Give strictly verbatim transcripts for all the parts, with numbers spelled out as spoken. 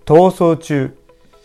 逃走中。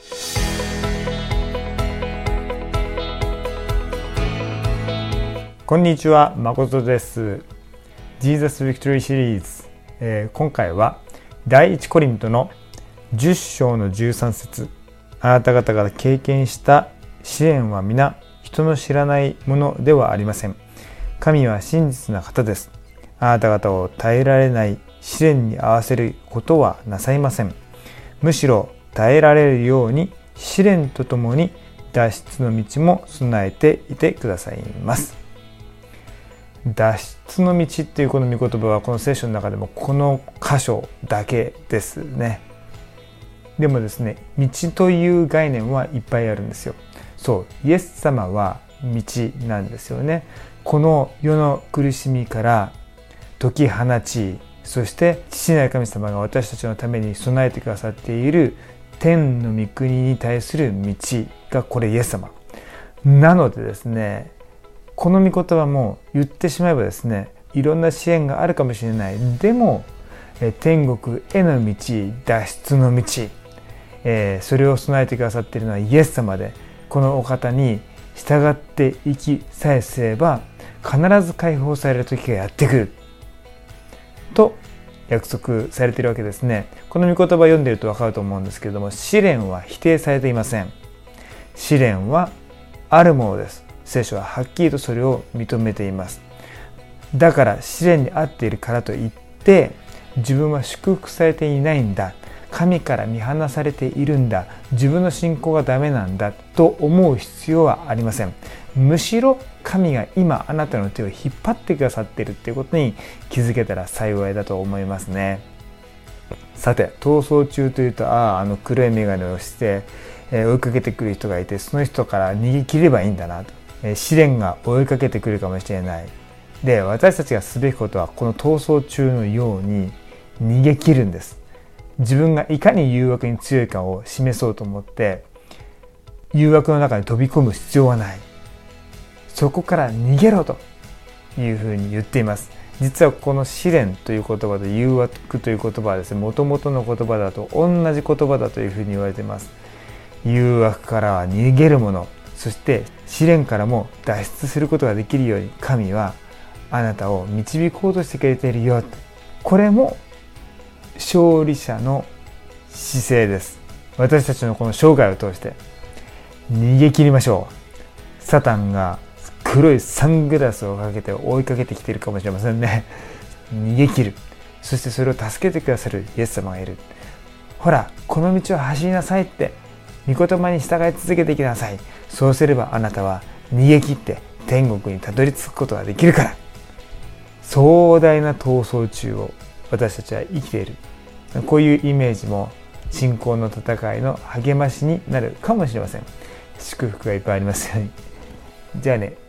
こんにちは、誠です。ジーザス・ビクトリーシリーズ、えー、今回は第一コリントのじゅっ章のじゅうさん節、あなた方が経験した試練は皆人の知らないものではありません。神は真実な方です。あなた方を耐えられない試練に合わせることはなさいません。むしろ耐えられるように試練とともに脱出の道も備えていてくださいます。脱出の道っていうこの御言葉はこの聖書の中でもこの箇所だけですね。でもですね、道という概念はいっぱいあるんですよ。そう、イエス様は道なんですよね。この世の苦しみから解き放ち、そして父なる神様が私たちのために備えてくださっている天の御国に対する道がこれイエス様なのでですね、この御言葉も言ってしまえばですね、いろんな支援があるかもしれない。でも天国への道、脱出の道、えー、それを備えてくださっているのはイエス様で、このお方に従っていきさえすれば必ず解放される時がやってくると約束されているわけですね。この御言葉を読んでいると分かると思うんですけれども、試練は否定されていません。試練はあるものです。聖書ははっきりとそれを認めています。だから試練に遭っているからといって自分は祝福されていないんだ、神から見放されているんだ、自分の信仰がダメなんだと思う必要はありません。むしろ神が今あなたの手を引っ張ってくださっているということに気づけたら幸いだと思いますね。さて、逃走中というと、ああ、あの黒い眼鏡をして、えー、追いかけてくる人がいて、その人から逃げ切ればいいんだなと、えー、試練が追いかけてくるかもしれない。で、私たちがすべきことはこの逃走中のように逃げ切るんです。自分がいかに誘惑に強いかを示そうと思って誘惑の中に飛び込む必要はない。そこから逃げろというふうに言っています。実はこの試練という言葉と誘惑という言葉はですね、元々の言葉だと同じ言葉だというふうに言われています。誘惑からは逃げるもの、そして試練からも脱出することができるように神はあなたを導こうとしてくれているよ。これも勝利者の姿勢です。私たちのこの生涯を通して逃げ切りましょう。サタンが黒いサングラスをかけて追いかけてきているかもしれませんね。逃げ切る。そしてそれを助けてくださるイエス様がいる。ほら、この道を走りなさいって、御言葉に従い続けていきなさい。そうすればあなたは逃げ切って天国にたどり着くことができるから。壮大な逃走中を私たちは生きている。こういうイメージも信仰の戦いの励ましになるかもしれません。祝福がいっぱいありますように。じゃあね。